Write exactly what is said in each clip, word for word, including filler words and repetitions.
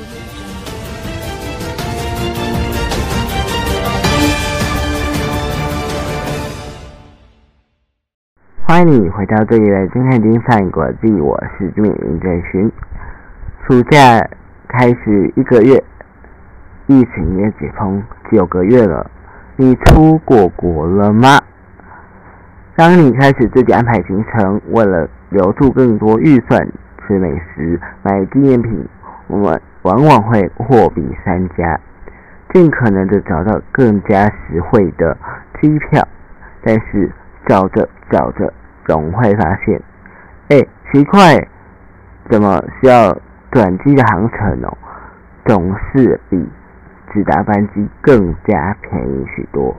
欢迎你回到这里的侦探精算国际，我是朱敏林正勋。暑假开始一个月，疫情也解封九个月了，你出过国了吗？当你开始自己安排行程，为了留住更多预算吃美食、买纪念品，我们往往会货比三家，尽可能的找到更加实惠的机票，但是找着找着总会发现，哎，奇怪，怎么需要转机的航程哦，总是比直达班机更加便宜许多。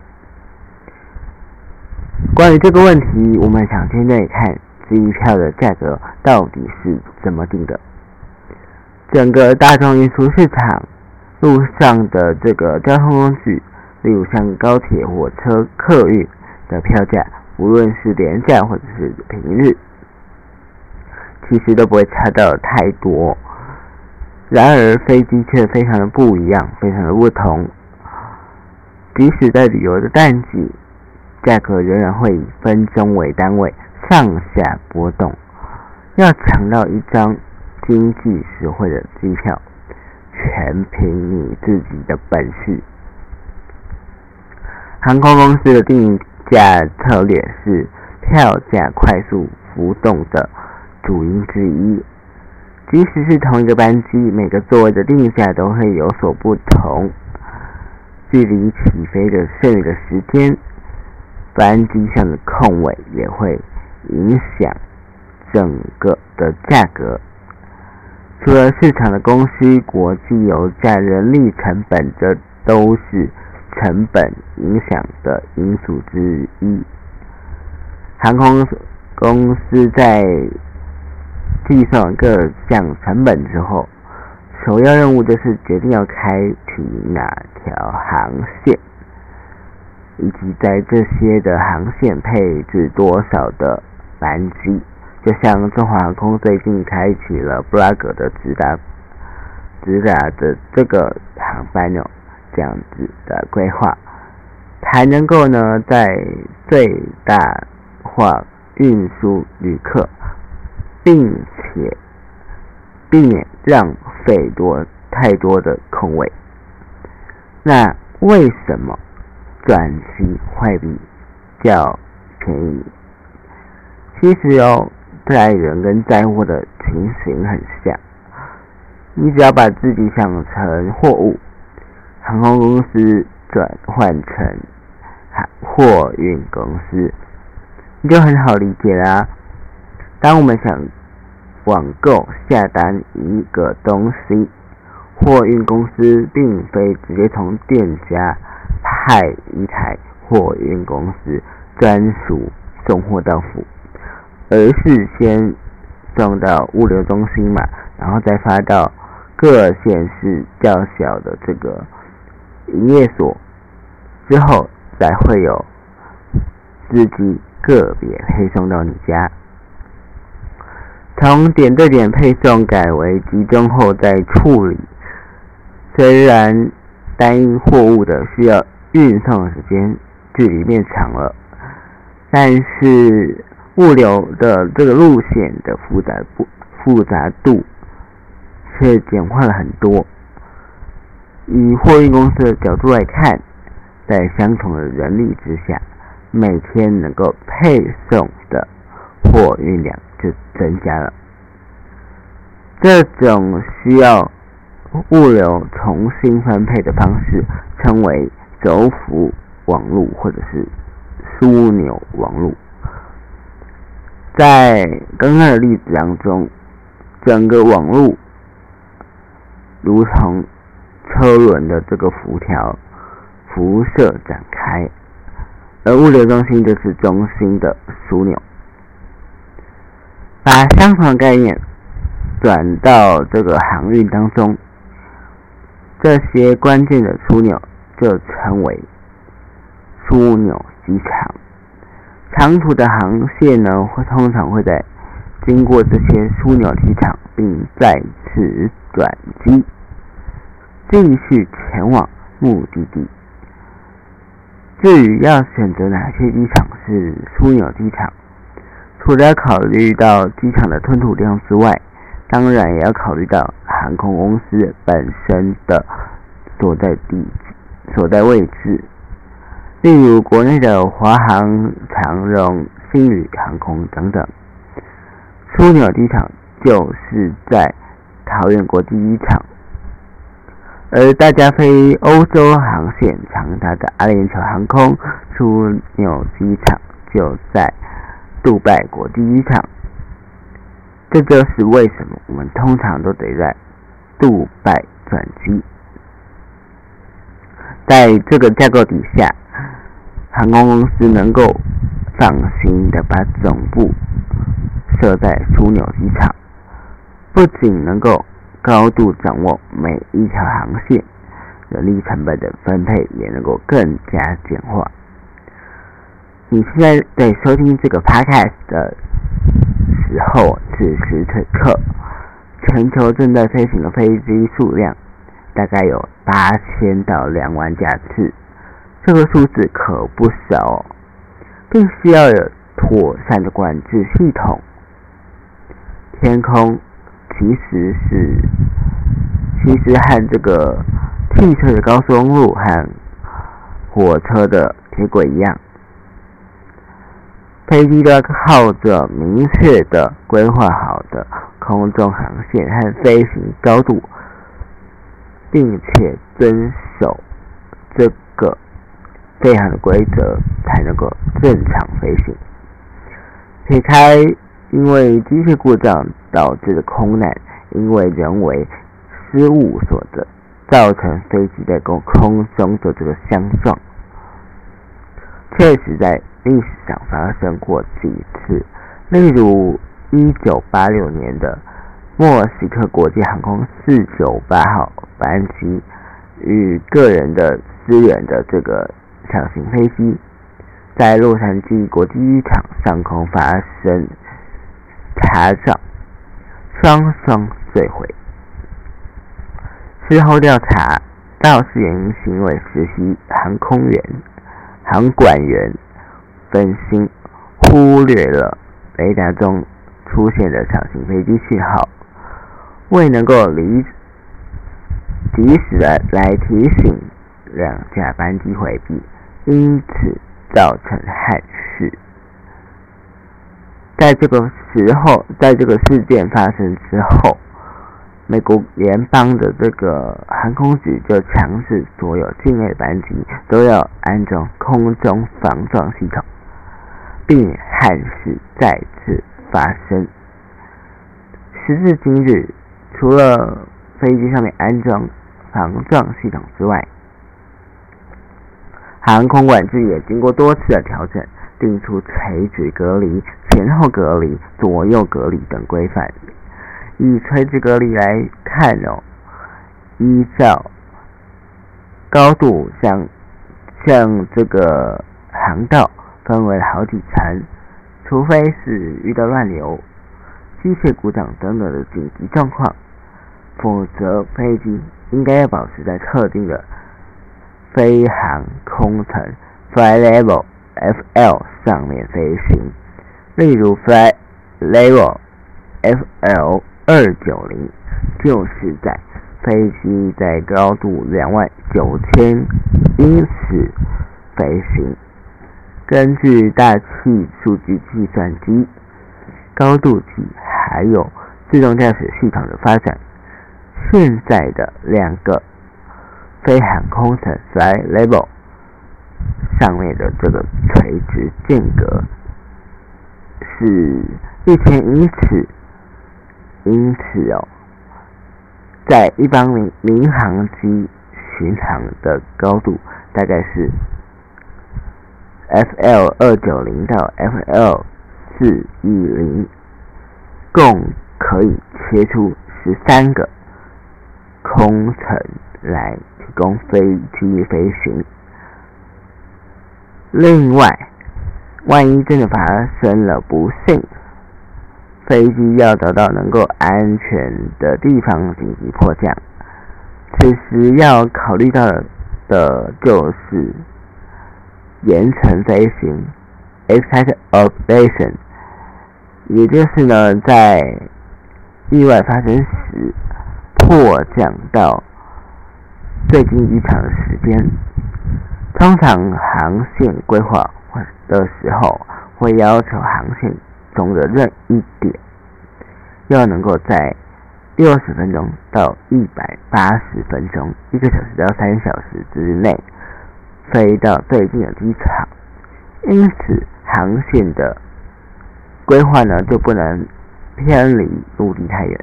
关于这个问题，我们想先来看机票的价格到底是怎么定的。整个大众运输市场，路上的这个交通工具，例如像高铁、火车、客运的票价，无论是廉价或者是平日，其实都不会差到太多。然而飞机却非常的不一样，非常的不同。即使在旅游的淡季，价格仍然会以分钟为单位上下波动。要抢到一张经济实惠的机票，全凭你自己的本事。航空公司的定价策略是票价快速浮动的主因之一。即使是同一个班机，每个座位的定价都会有所不同。距离起飞的剩余的时间，班机上的空位也会影响整个的价格。除了市场的供需，国际油价、人力成本，这都是成本影响的因素之一。航空公司在计算各项成本之后，首要任务就是决定要开辟哪条航线，以及在这些的航线配置多少的班机。就像中华航空最近开启了布拉格的直达直达的这个航班哦，这样子的规划，才能够呢在最大化运输旅客，并且避免浪费多太多的空位。那为什么转机会比较便宜？其实哦，载人跟载货的情形很像，你只要把自己想成货物，航空公司转换成货运公司，你就很好理解啦。当我们想网购下单一个东西，货运公司并非直接从店家派一台货运公司专属送货到府，而是先送到物流中心嘛，然后再发到各县市较小的这个营业所，之后才会有司机个别配送到你家。从点对点配送改为集中后再处理，虽然单一货物的需要运送的时间距离变长了，但是物流的这个路线的复杂复杂度却简化了很多。以货运公司的角度来看，在相同的人力之下，每天能够配送的货运量就增加了。这种需要物流重新分配的方式称为轴幅网路或者是枢纽网路。在刚刚的例子当中，整个网路如同车轮的这个辐条辐射展开，而物流中心就是中心的枢纽。把相同的概念转到这个航运当中，这些关键的枢纽就称为枢纽机场。长途的航线呢，会通常会在经过这些枢纽机场并再次转机，继续前往目的地。至于要选择哪些机场是枢纽机场，除了要考虑到机场的吞吐量之外，当然也要考虑到航空公司本身的所在地所在位置。例如国内的华航、长荣、星宇航空等等。枢纽机场就是在桃园国际机场，而大家飞欧洲航线常搭的阿联酋航空枢纽机场就在杜拜国际机场。这就是为什么我们通常都得在杜拜转机。在这个架构底下，航空公司能够放心的把总部设在枢纽机场，不仅能够高度掌握每一条航线，人力成本的分配也能够更加简化。你现在在收听这个 podcast 的时候，此时此刻，全球正在飞行的飞机数量大概有八千到两万架次，这个数字可不少哦，并需要有妥善的管制系统。天空其实是，其实和这个汽车的高速公路和火车的铁轨一样，飞机都要靠着明确的规划好的空中航线和飞行高度，并且遵守这个飞行的规则，才能够正常飞行。撇开因为机械故障导致的空难，因为人为失误所的造成飞机在空中的这个相撞，确实在历史上发生过几次。例如一九八六年的墨西哥国际航空四九八号班机与个人的私人的这个小型飞机在洛杉矶国际机场上空发生擦撞，双双坠毁。事后调查，肇事原因是因为实习航空员、航管员分心忽略了雷达中出现的小型飞机讯号，未能够及及时的来提醒两架班机回避，因此造成憾事。在这个时候，在这个事件发生之后，美国联邦的这个航空局就强制所有境内班机都要安装空中防撞系统，避免憾事再次发生。时至今日，除了飞机上面安装防撞系统之外，航空管制也经过多次的调整，定出垂直隔离、前后隔离、左右隔离等规范。以垂直隔离来看哦，依照高度像像这个航道分为了好几层，除非是遇到乱流、机械故障等等的紧急状况，否则飞机应该要保持在特定的飞航空层 Flight Level F L 上面飞行。例如 Flight Level F L 二九零就是在飞机在高度两万九千英尺飞行。根据大气数据计算机、高度计还有自动驾驶系统的发展，现在的两个飞航空层 Flight Level 上面的这个垂直间隔是一千英尺，因此哦，在一般民民航机巡航的高度大概是 F L 二九零 到 F L 四一零，共可以切出十三个空层来提供飞机飞行。另外，万一真的发生了不幸， 飞机要找到能够安全的地方紧急迫降。此时要考虑到的就是严层飞行 （exit operation）， 也就是呢，在意外发生时迫降到最近机场的时间。通常航线规划的时候，会要求航线中的任一点要能够在六十分钟到一百八十分钟，一个小时到三小时之内飞到最近的机场。因此，航线的规划呢就不能偏离陆地太远。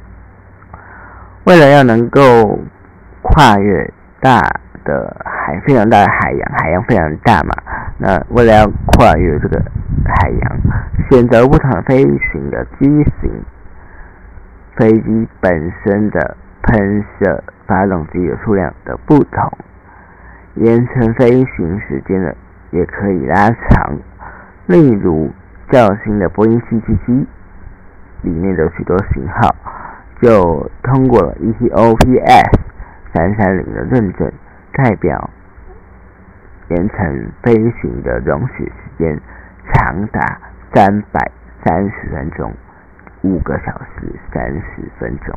为了要能够跨越大的海，非常大的海洋，海洋非常大嘛，那为了要跨越这个海洋，选择不同的飞行的机型，飞机本身的喷射发动机的数量的不同，延程飞行时间呢也可以拉长。例如较新的波音七七七里面的许多型号就通过了 E T O P S 三三零的认证，代表延程飞行的容许时间长达三百三十分钟，五个小时三十分钟。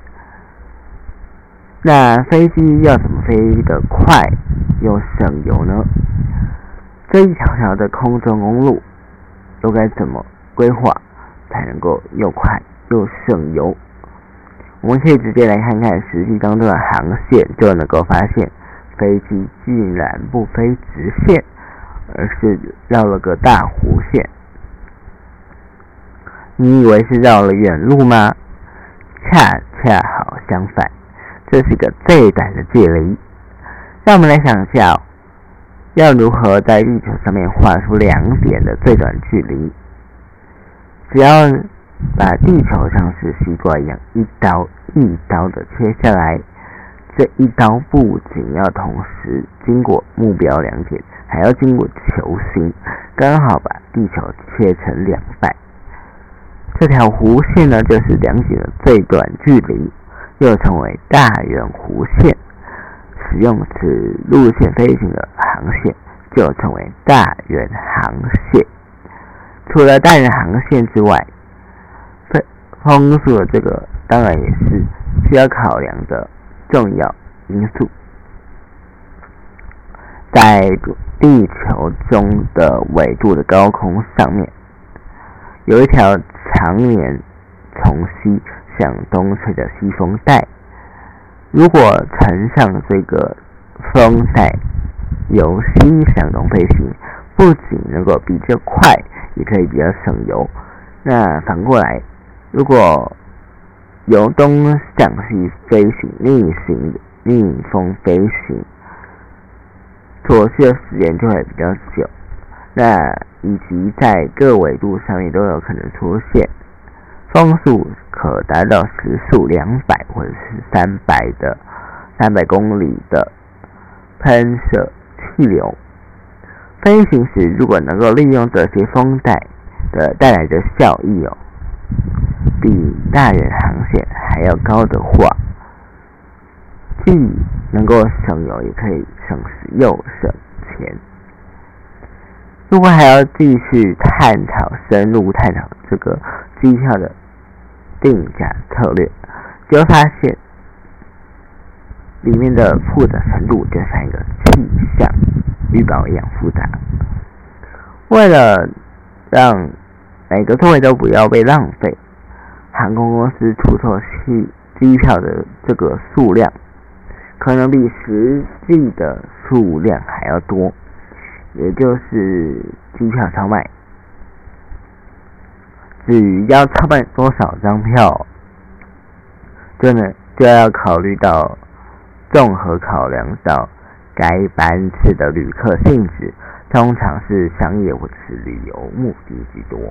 那飞机要怎么飞得快又省油呢？这一条条的空中公路又该怎么规划才能够又快又省油？我们可以直接来看看实际当中的航线，就能够发现飞机竟然不飞直线，而是绕了个大弧线。你以为是绕了远路吗？恰恰好相反，这是个最短的距离。让我们来想一下、哦，要如何在地球上面画出两点的最短距离？只要把地球像是西瓜一样一刀一刀的切下来，这一刀不仅要同时经过目标两点，还要经过球心，刚好把地球切成两半。这条弧线呢，就是两点的最短距离，又称为大圆弧线。使用此路线飞行的航线就称为大圆航线。除了大圆航线之外，风速的这个当然也是需要考量的重要因素。在地球中的纬度的高空上面，有一条常年从西向东吹的西风带。如果乘上这个风带由西向东飞行，不仅能够比较快，也可以比较省油。那反过来，如果由东向西飞行，逆行逆风飞行，所需的时间就会比较久。那以及在各纬度上面都有可能出现风速可达到时速两百或者是三百的三百公里的喷射气流。飞行时如果能够利用这些风带的带来的效益哦，比大圆航线还要高的话，既能够省油，也可以省时又省钱。如果还要继续探讨深入探讨这个机票的定价策略，就会发现里面的复杂程度就像一个气象预报一样复杂。为了让每个座位都不要被浪费，航空公司出售机票的这个数量可能比实际的数量还要多，也就是机票超卖。至于要超卖多少张票，真的就要考虑到综合考量到该班次的旅客性质，通常是商业或者是旅游目的居多。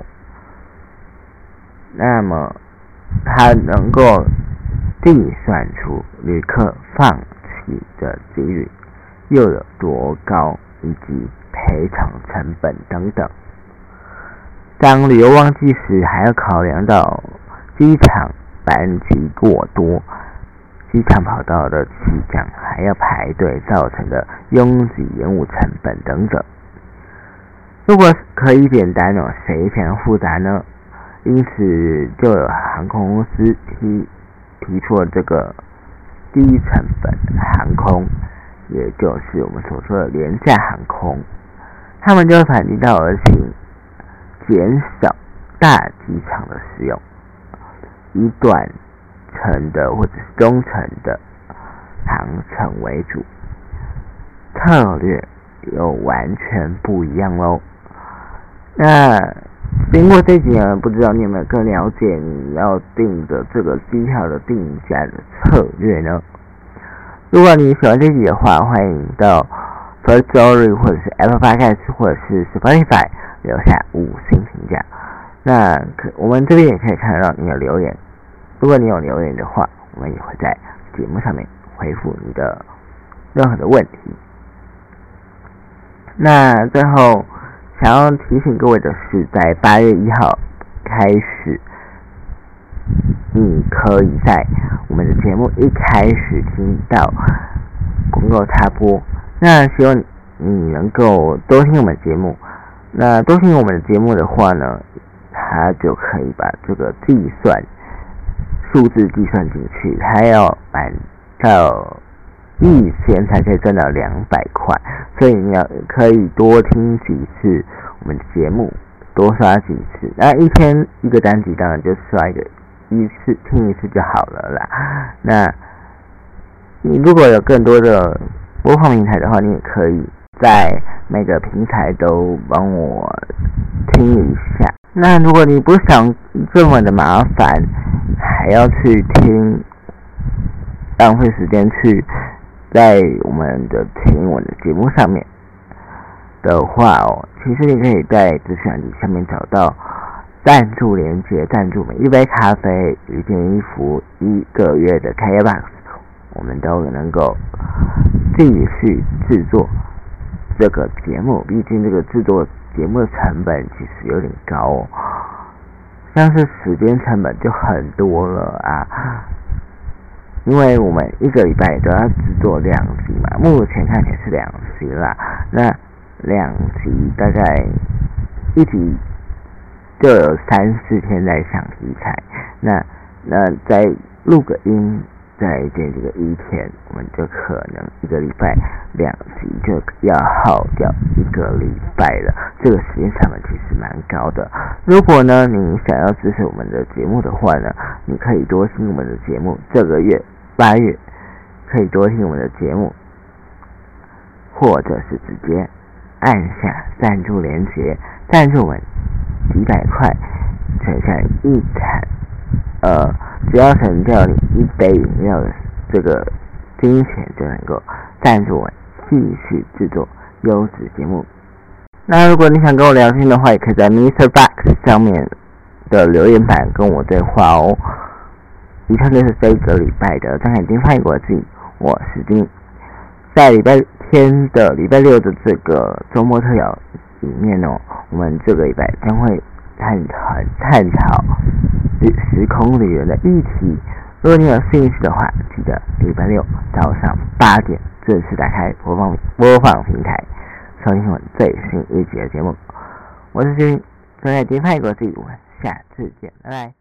那么它能够计算出旅客放弃的几率又有多高，以及赔偿成本等等。 当旅游旺季时，还要考量到机场班机过多、机场跑道的起降还要排队造成的拥挤延误成本等等。如果可以简单哦，谁想要复杂呢？因此就有航空公司提提出了这个低成本航空，也就是我们所说的廉价航空，他们就会反其道而行，减少大机场的使用，以短程的或者是中程的航程为主，策略又完全不一样咯。那经过这几年，不知道你有没有更了解你要订的这个机票的定价的策略呢？如果你喜欢这集的话，欢迎到 Firstory 或者是 Apple Podcast 或者是 Spotify 留下五星评价。那可我们这边也可以看得到你的留言，如果你有留言的话，我们也会在节目上面回复你的任何的问题。那最后想要提醒各位的是，在八月一号开始，你可以在我们的节目一开始听到广告插播。那希望你能够多听我们的节目。那多听我们的节目的话呢，它就可以把这个计算数字计算进去，它要满到一千才可以赚到两百块，所以你要可以多听几次我们的节目，多刷几次。那一天一个单集，当然就刷一个一次，听一次就好了啦。那你如果有更多的播放平台的话，你也可以在每个平台都帮我听一下。那如果你不想这么的麻烦，还要去听，浪费时间去在我们的听我的节目上面的话哦，其实你可以在资讯栏下面找到赞助连结，赞助每一杯咖啡、一件衣服、一个月的 K K B O X， 我们都能够继续制作这个节目。毕竟这个制作节目的成本其实有点高哦，像是时间成本就很多了啊。因为我们一个礼拜都要制作两集嘛，目前看起来是两集啦。那两集大概一集就有三四天在想题材，那那再录个音，再剪这个一天，我们就可能一个礼拜两集就要耗掉一个礼拜了。这个时间成本其实蛮高的。如果呢你想要支持我们的节目的话呢，你可以多听我们的节目。这个月八月可以多听我们的节目，或者是直接按下赞助连结，赞助我们几百块，存下一坛，呃，只要省掉你一杯饮料的这个金钱，就能够赞助我们继续制作优质节目。那如果你想跟我聊天的话，也可以在 Mister Box 上面的留言板跟我对话哦。以上就是这一个礼拜的张海金翻译国际，我是金。在礼拜天的礼拜六的这个周末特邀里面哦，我们这个礼拜将会探讨探讨时空旅游的议题。如果你有兴趣的话，记得礼拜六早上八点准时打开播放播放平台，收听我们最新一集的节目。我是金，张海金翻译国际，我们下次见，拜拜。